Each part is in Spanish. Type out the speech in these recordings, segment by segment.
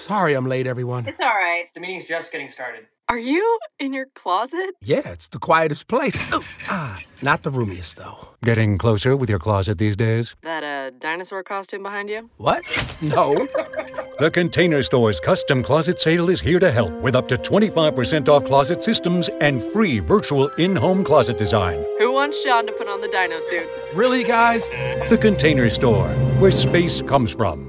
Sorry I'm late, everyone. It's all right. The meeting's just getting started. Are you in your closet? Yeah, it's the quietest place. Not the roomiest, though. Getting closer with your closet these days? That a dinosaur costume behind you? What? No. The Container Store's custom closet sale is here to help with up to 25% off closet systems and free virtual in-home closet design. Who wants Sean to put on the dino suit? Really, guys? The Container Store, where space comes from.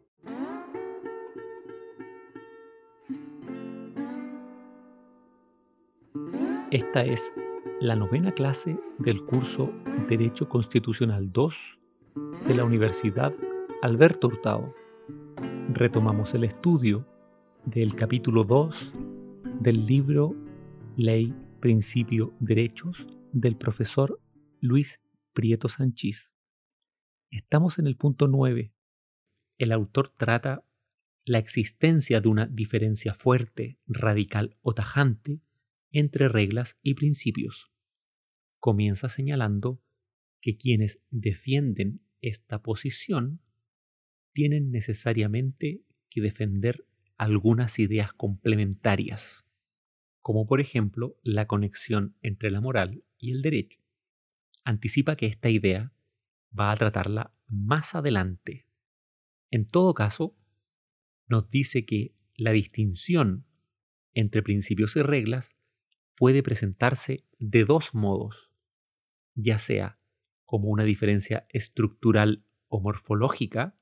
Esta es la 9ª clase del curso Derecho Constitucional 2 de la Universidad Alberto Hurtado. Retomamos el estudio del capítulo 2 del libro Ley, Principio, Derechos del profesor Luis Prieto Sanchís. Estamos en el punto 9. El autor trata la existencia de una diferencia fuerte, radical o tajante entre reglas y principios. Comienza señalando que quienes defienden esta posición tienen necesariamente que defender algunas ideas complementarias, como por ejemplo la conexión entre la moral y el derecho. Anticipa que esta idea va a tratarla más adelante. En todo caso, nos dice que la distinción entre principios y reglas puede presentarse de dos modos, ya sea como una diferencia estructural o morfológica,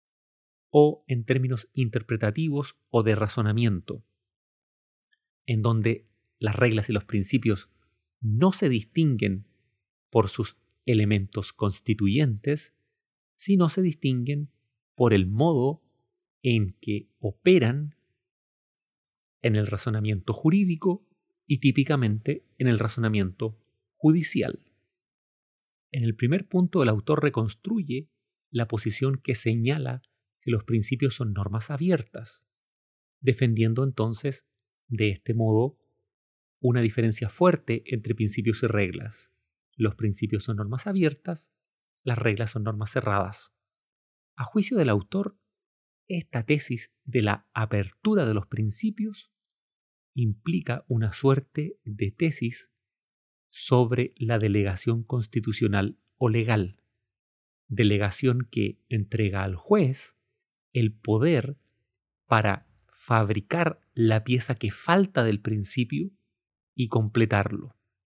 o en términos interpretativos o de razonamiento, en donde las reglas y los principios no se distinguen por sus elementos constituyentes, sino se distinguen por el modo en que operan en el razonamiento jurídico y típicamente en el razonamiento judicial. En el primer punto, el autor reconstruye la posición que señala que los principios son normas abiertas, defendiendo entonces, de este modo, una diferencia fuerte entre principios y reglas. Los principios son normas abiertas, las reglas son normas cerradas. A juicio del autor, esta tesis de la apertura de los principios implica una suerte de tesis sobre la delegación constitucional o legal, delegación que entrega al juez el poder para fabricar la pieza que falta del principio y completarlo.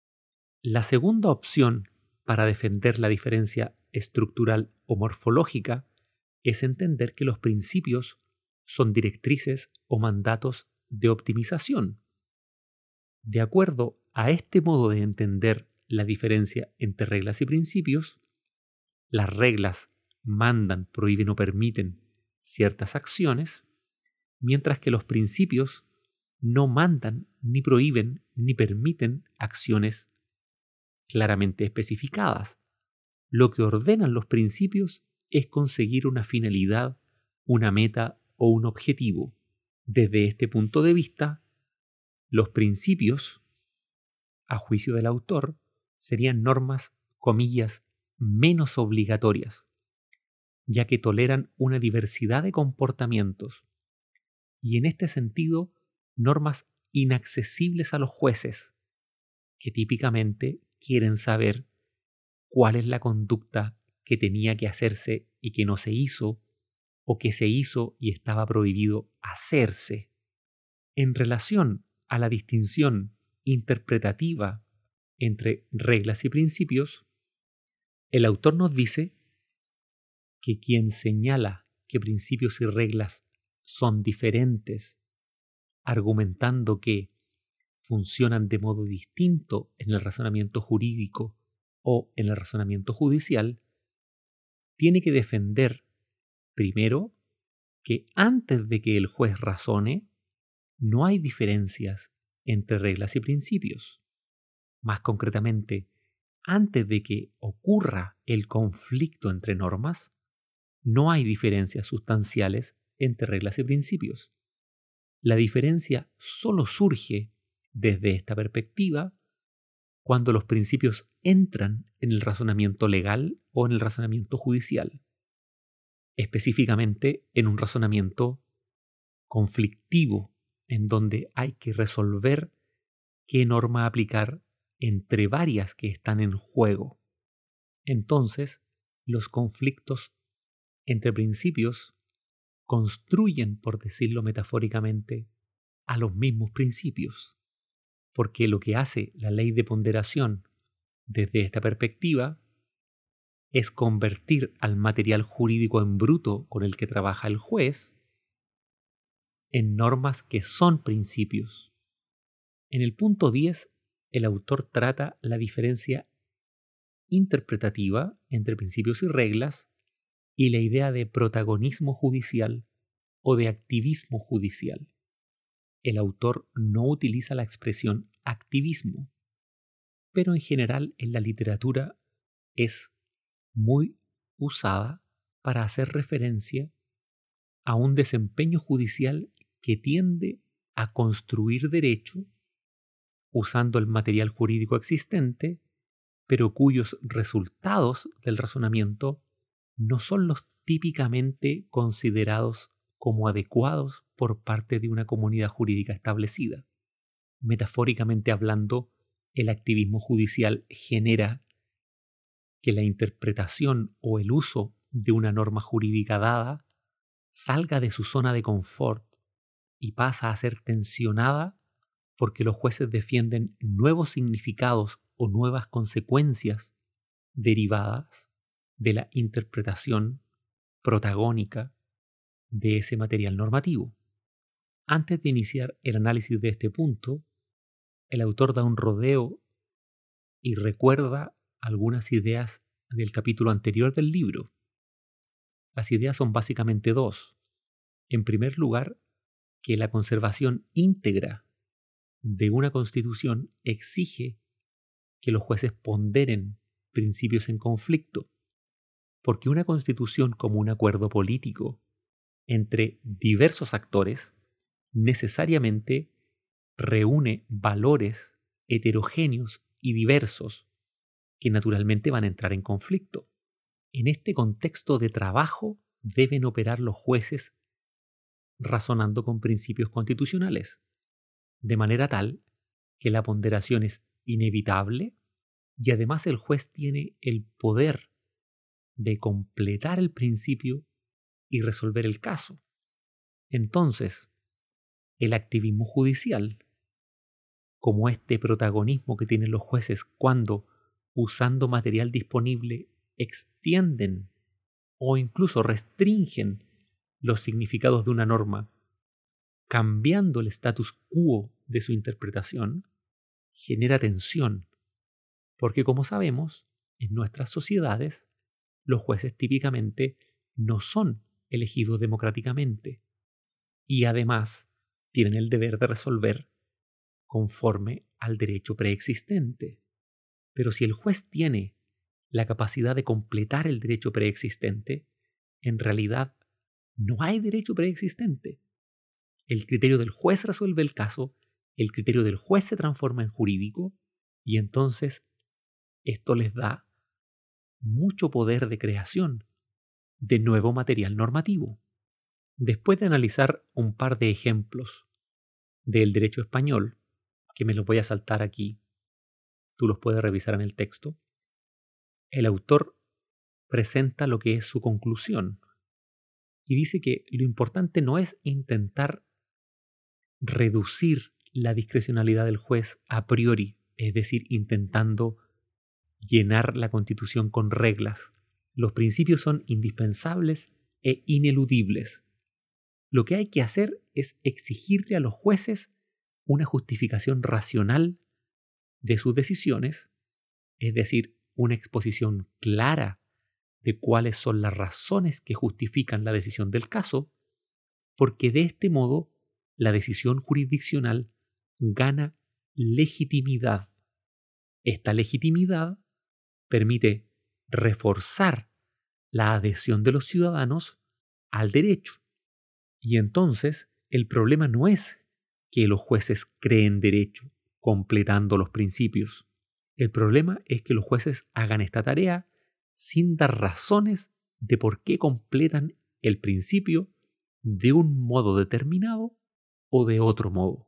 La segunda opción para defender la diferencia estructural o morfológica es entender que los principios son directrices o mandatos de optimización. De acuerdo a este modo de entender la diferencia entre reglas y principios, las reglas mandan, prohíben o permiten ciertas acciones, mientras que los principios no mandan, ni prohíben, ni permiten acciones claramente especificadas. Lo que ordenan los principios es conseguir una finalidad, una meta o un objetivo. Desde este punto de vista, los principios, a juicio del autor, serían normas, comillas, menos obligatorias, ya que toleran una diversidad de comportamientos y en este sentido normas inaccesibles a los jueces, que típicamente quieren saber cuál es la conducta que tenía que hacerse y que no se hizo, o que se hizo y estaba prohibido hacerse. En relación a la distinción interpretativa entre reglas y principios, el autor nos dice que quien señala que principios y reglas son diferentes, argumentando que funcionan de modo distinto en el razonamiento jurídico o en el razonamiento judicial, tiene que defender, primero, que antes de que el juez razone, no hay diferencias entre reglas y principios. Más concretamente, antes de que ocurra el conflicto entre normas, no hay diferencias sustanciales entre reglas y principios. La diferencia solo surge desde esta perspectiva cuando los principios entran en el razonamiento legal o en el razonamiento judicial, específicamente en un razonamiento conflictivo, en donde hay que resolver qué norma aplicar entre varias que están en juego. Entonces, los conflictos entre principios construyen, por decirlo metafóricamente, a los mismos principios, porque lo que hace la ley de ponderación desde esta perspectiva es convertir al material jurídico en bruto con el que trabaja el juez en normas que son principios. En el punto 10, el autor trata la diferencia interpretativa entre principios y reglas y la idea de protagonismo judicial o de activismo judicial. El autor no utiliza la expresión activismo, pero en general en la literatura es muy usada para hacer referencia a un desempeño judicial que tiende a construir derecho usando el material jurídico existente, pero cuyos resultados del razonamiento no son los típicamente considerados como adecuados por parte de una comunidad jurídica establecida. Metafóricamente hablando, el activismo judicial genera que la interpretación o el uso de una norma jurídica dada salga de su zona de confort y pasa a ser tensionada porque los jueces defienden nuevos significados o nuevas consecuencias derivadas de la interpretación protagónica de ese material normativo. Antes de iniciar el análisis de este punto, el autor da un rodeo y recuerda algunas ideas del capítulo anterior del libro. Las ideas son básicamente dos. En primer lugar, que la conservación íntegra de una constitución exige que los jueces ponderen principios en conflicto, porque una constitución como un acuerdo político entre diversos actores necesariamente reúne valores heterogéneos y diversos que naturalmente van a entrar en conflicto. En este contexto de trabajo deben operar los jueces razonando con principios constitucionales, de manera tal que la ponderación es inevitable y además el juez tiene el poder de completar el principio y resolver el caso. Entonces, el activismo judicial, como este protagonismo que tienen los jueces cuando, usando material disponible, extienden o incluso restringen los significados de una norma, cambiando el status quo de su interpretación, genera tensión, porque como sabemos, en nuestras sociedades, los jueces típicamente no son elegidos democráticamente y además tienen el deber de resolver conforme al derecho preexistente. Pero si el juez tiene la capacidad de completar el derecho preexistente, en realidad no hay derecho preexistente. El criterio del juez resuelve el caso, el criterio del juez se transforma en jurídico y entonces esto les da mucho poder de creación de nuevo material normativo. Después de analizar un par de ejemplos del derecho español, que me los voy a saltar aquí, tú los puedes revisar en el texto, el autor presenta lo que es su conclusión y dice que lo importante no es intentar reducir la discrecionalidad del juez a priori, es decir, intentando llenar la Constitución con reglas. Los principios son indispensables e ineludibles. Lo que hay que hacer es exigirle a los jueces una justificación racional de sus decisiones, es decir, una exposición clara de cuáles son las razones que justifican la decisión del caso, porque de este modo la decisión jurisdiccional gana legitimidad. Esta legitimidad permite reforzar la adhesión de los ciudadanos al derecho. Y entonces el problema no es que los jueces creen derecho completando los principios. El problema es que los jueces hagan esta tarea sin dar razones de por qué completan el principio de un modo determinado o de otro modo.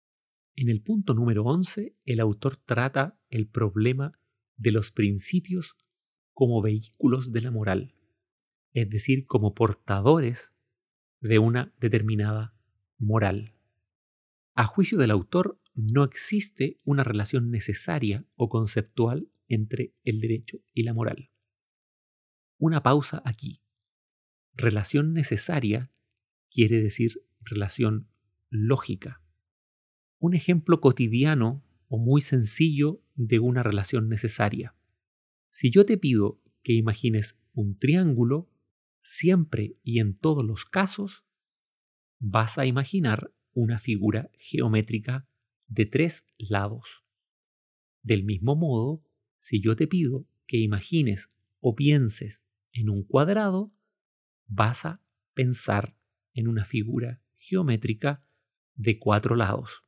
En el punto número 11, el autor trata el problema de los principios como vehículos de la moral, es decir, como portadores de una determinada moral. A juicio del autor, no existe una relación necesaria o conceptual entre el derecho y la moral. Una pausa aquí. Relación necesaria quiere decir relación lógica. Un ejemplo cotidiano o muy sencillo de una relación necesaria. Si yo te pido que imagines un triángulo, siempre y en todos los casos, vas a imaginar una figura geométrica de 3 lados. Del mismo modo, si yo te pido que imagines o pienses en un cuadrado, vas a pensar en una figura geométrica de 4 lados.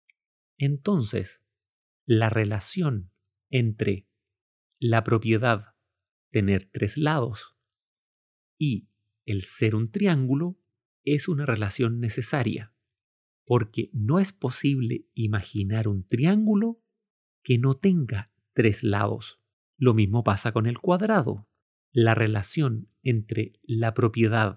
Entonces, la relación entre la propiedad tener 3 lados y el ser un triángulo es una relación necesaria, porque no es posible imaginar un triángulo que no tenga 3 lados. Lo mismo pasa con el cuadrado. La relación entre la propiedad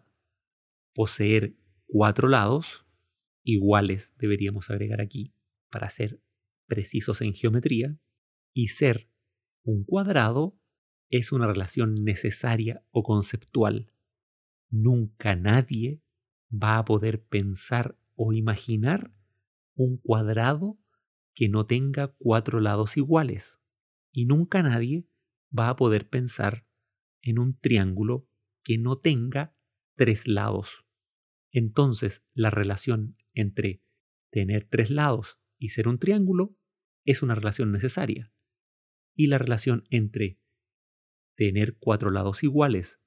poseer 4 lados, iguales deberíamos agregar aquí para ser precisos en geometría, y ser un cuadrado es una relación necesaria o conceptual. Nunca nadie va a poder pensar o imaginar un cuadrado que no tenga 4 lados iguales. Y nunca nadie va a poder pensar en un triángulo que no tenga 3 lados. Entonces, la relación entre tener 3 lados y ser un triángulo es una relación necesaria. Y la relación entre tener 4 lados iguales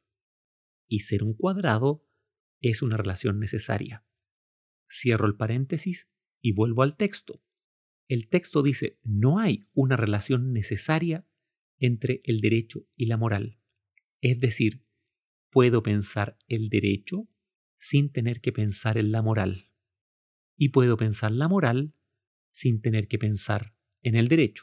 y ser un cuadrado es una relación necesaria. Cierro el paréntesis y vuelvo al texto. El texto dice, no hay una relación necesaria entre el derecho y la moral. Es decir, puedo pensar el derecho sin tener que pensar en la moral. Y puedo pensar la moral sin tener que pensar en el derecho.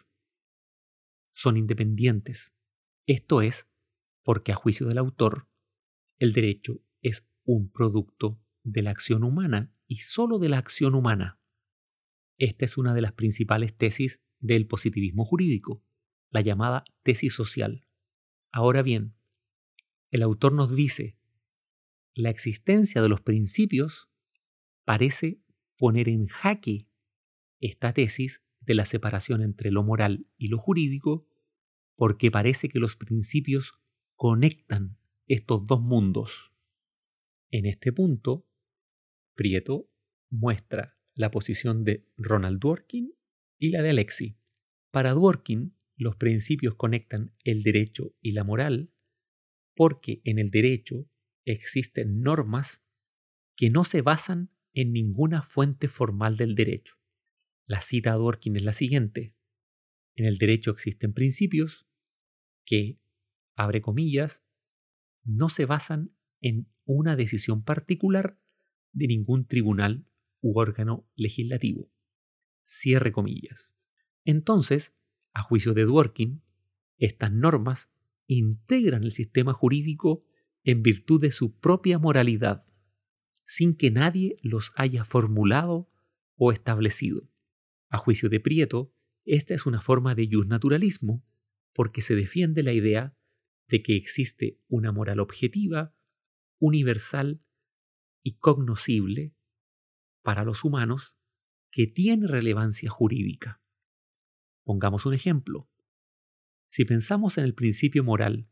Son independientes. Esto es porque a juicio del autor, el derecho es un producto de la acción humana y solo de la acción humana. Esta es una de las principales tesis del positivismo jurídico, la llamada tesis social. Ahora bien, el autor nos dice, la existencia de los principios parece poner en jaque esta tesis de la separación entre lo moral y lo jurídico, porque parece que los principios conectan estos dos mundos. En este punto, Prieto muestra la posición de Ronald Dworkin y la de Alexis. Para Dworkin, los principios conectan el derecho y la moral porque en el derecho existen normas que no se basan en ninguna fuente formal del derecho. La cita a Dworkin es la siguiente. En el derecho existen principios que, abre comillas, no se basan en una decisión particular de ningún tribunal u órgano legislativo. Cierre comillas. Entonces, a juicio de Dworkin, estas normas integran el sistema jurídico en virtud de su propia moralidad, sin que nadie los haya formulado o establecido. A juicio de Prieto, esta es una forma de justnaturalismo porque se defiende la idea de que existe una moral objetiva, universal y cognoscible para los humanos que tiene relevancia jurídica. Pongamos un ejemplo. Si pensamos en el principio moral,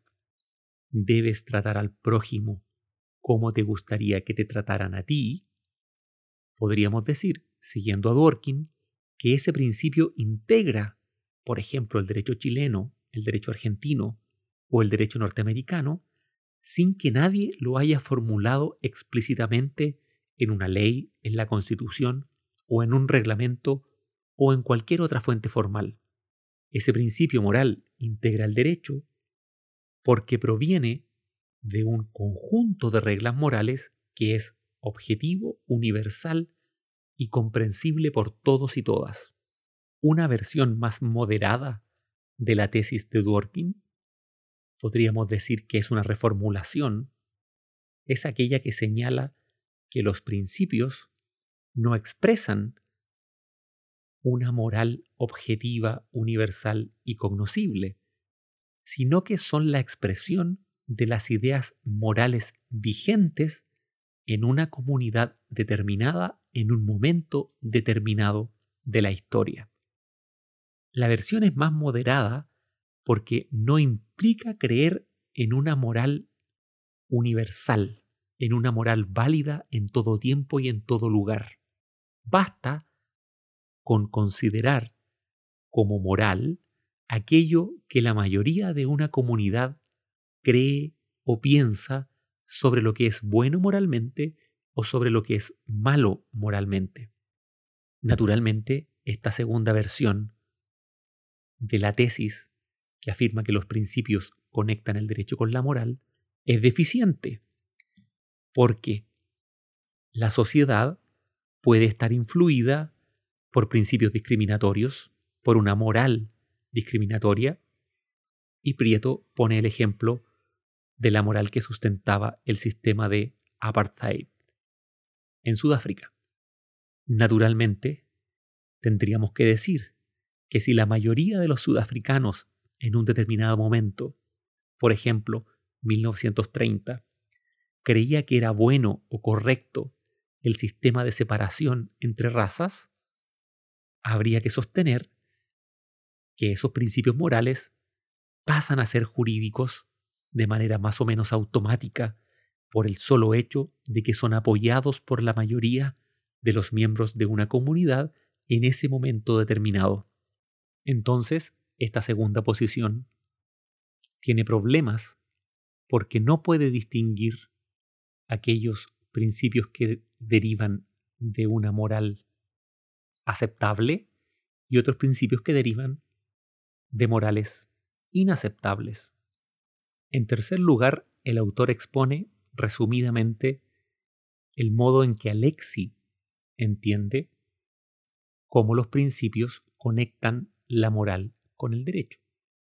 debes tratar al prójimo como te gustaría que te trataran a ti, podríamos decir, siguiendo a Dworkin, que ese principio integra, por ejemplo, el derecho chileno, el derecho argentino o el derecho norteamericano, sin que nadie lo haya formulado explícitamente en una ley, en la Constitución o en un reglamento o en cualquier otra fuente formal. Ese principio moral integra el derecho porque proviene de un conjunto de reglas morales que es objetivo, universal y comprensible por todos y todas. Una versión más moderada de la tesis de Dworkin, podríamos decir que es una reformulación, es aquella que señala que los principios no expresan una moral objetiva, universal y cognoscible, sino que son la expresión de las ideas morales vigentes en una comunidad determinada en un momento determinado de la historia. La versión es más moderada porque no implica creer en una moral universal, en una moral válida en todo tiempo y en todo lugar. Basta con considerar como moral aquello que la mayoría de una comunidad cree o piensa sobre lo que es bueno moralmente o sobre lo que es malo moralmente. Naturalmente, esta segunda versión de la tesis que afirma que los principios conectan el derecho con la moral es deficiente, porque la sociedad puede estar influida por principios discriminatorios, por una moral discriminatoria, y Prieto pone el ejemplo de la moral que sustentaba el sistema de apartheid en Sudáfrica. Naturalmente, tendríamos que decir que si la mayoría de los sudafricanos en un determinado momento, por ejemplo, 1930, creía que era bueno o correcto el sistema de separación entre razas, habría que sostener que esos principios morales pasan a ser jurídicos de manera más o menos automática por el solo hecho de que son apoyados por la mayoría de los miembros de una comunidad en ese momento determinado. Entonces, esta segunda posición tiene problemas porque no puede distinguir aquellos principios que derivan de una moral aceptable y otros principios que derivan de morales inaceptables. En tercer lugar, el autor expone resumidamente el modo en que Alexis entiende cómo los principios conectan la moral con el derecho.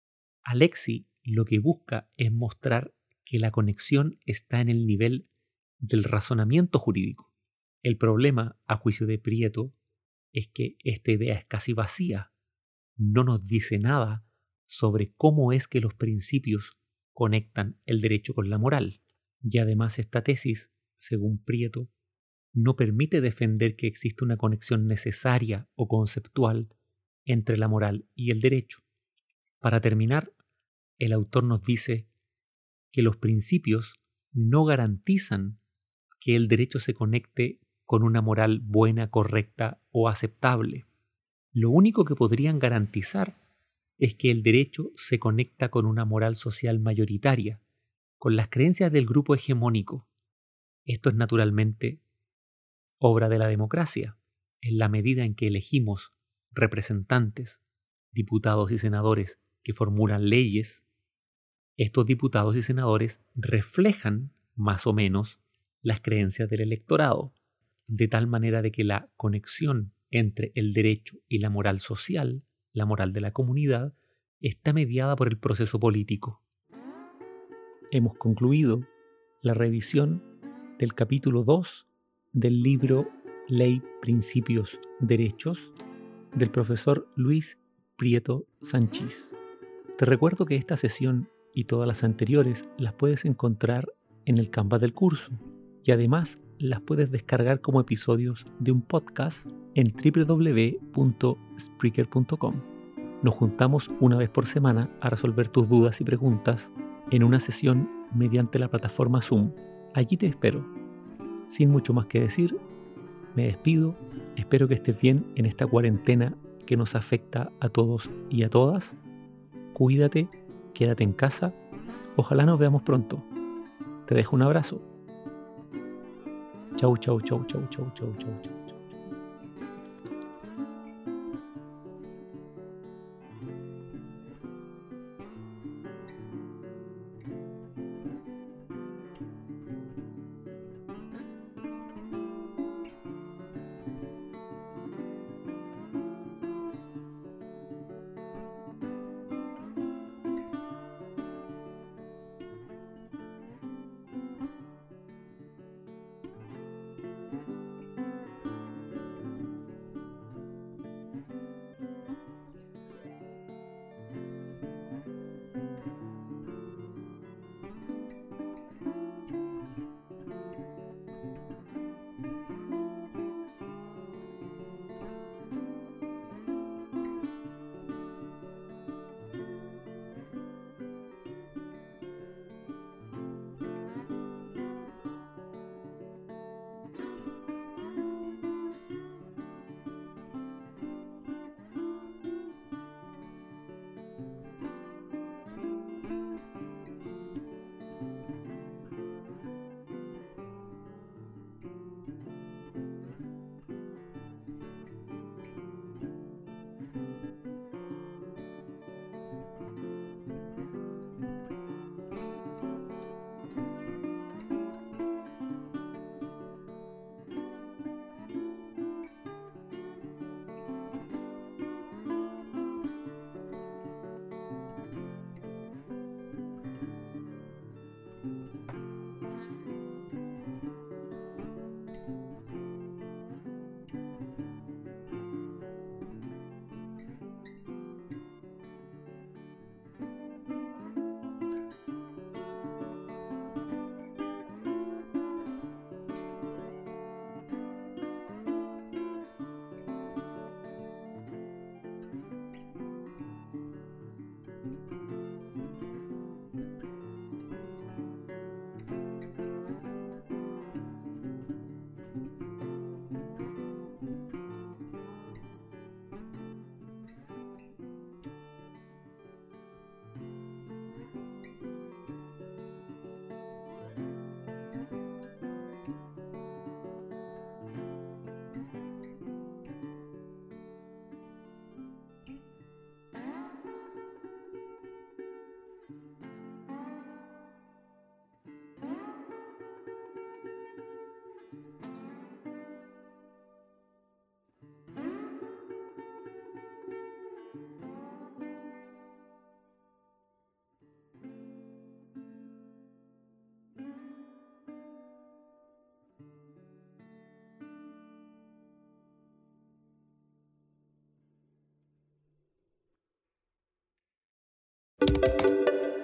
Alexis lo que busca es mostrar que la conexión está en el nivel del razonamiento jurídico. El problema, a juicio de Prieto, es que esta idea es casi vacía. No nos dice nada sobre cómo es que los principios conectan el derecho con la moral. Y además esta tesis, según Prieto, no permite defender que existe una conexión necesaria o conceptual entre la moral y el derecho. Para terminar, el autor nos dice que los principios no garantizan que el derecho se conecte con una moral buena, correcta o aceptable. Lo único que podrían garantizar es que el derecho se conecta con una moral social mayoritaria, con las creencias del grupo hegemónico. Esto es naturalmente obra de la democracia, en la medida en que elegimos representantes, diputados y senadores que formulan leyes. Estos diputados y senadores reflejan más o menos las creencias del electorado, de tal manera de que la conexión entre el derecho y la moral social, la moral de la comunidad, está mediada por el proceso político. Hemos concluido la revisión del capítulo 2 del libro Ley, Principios, Derechos del profesor Luis Prieto Sanchís. Te recuerdo que esta sesión y todas las anteriores las puedes encontrar en el Canvas del curso y además las puedes descargar como episodios de un podcast en www.spreaker.com. Nos juntamos una vez por semana a resolver tus dudas y preguntas en una sesión mediante la plataforma Zoom. Allí te espero. Sin mucho más que decir, me despido. Espero que estés bien en esta cuarentena que nos afecta a todos y a todas. Cuídate, quédate en casa. Ojalá nos veamos pronto. Te dejo un abrazo. Chau, chau, chau, chau, chau, chau, chau, chau.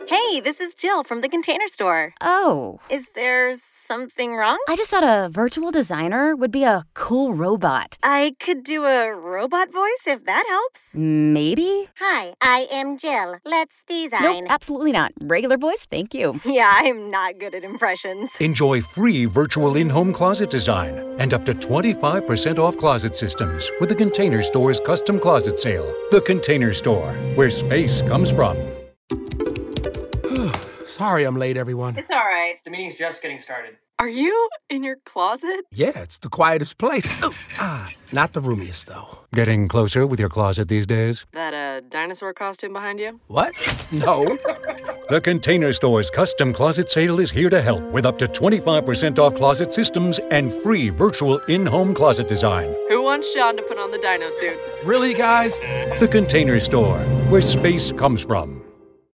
Hey, this is Jill from the Container Store. Oh. Is there something wrong? I just thought a virtual designer would be a cool robot. I could do a robot voice if that helps. Maybe? Hi, I am Jill. Let's design. Nope, absolutely not. Regular voice, thank you. Yeah, I'm not good at impressions. Enjoy free virtual in-home closet design and up to 25% off closet systems with the Container Store's custom closet sale. The Container Store, where space comes from. Sorry I'm late, everyone. It's all right. The meeting's just getting started. Are you in your closet? Yeah, it's the quietest place. Not the roomiest, though. Getting closer with your closet these days? That a dinosaur costume behind you? What? No. The Container Store's custom closet sale is here to help with up to 25% off closet systems and free virtual in-home closet design. Who wants Sean to put on the dino suit? Really, guys? The Container Store, where space comes from.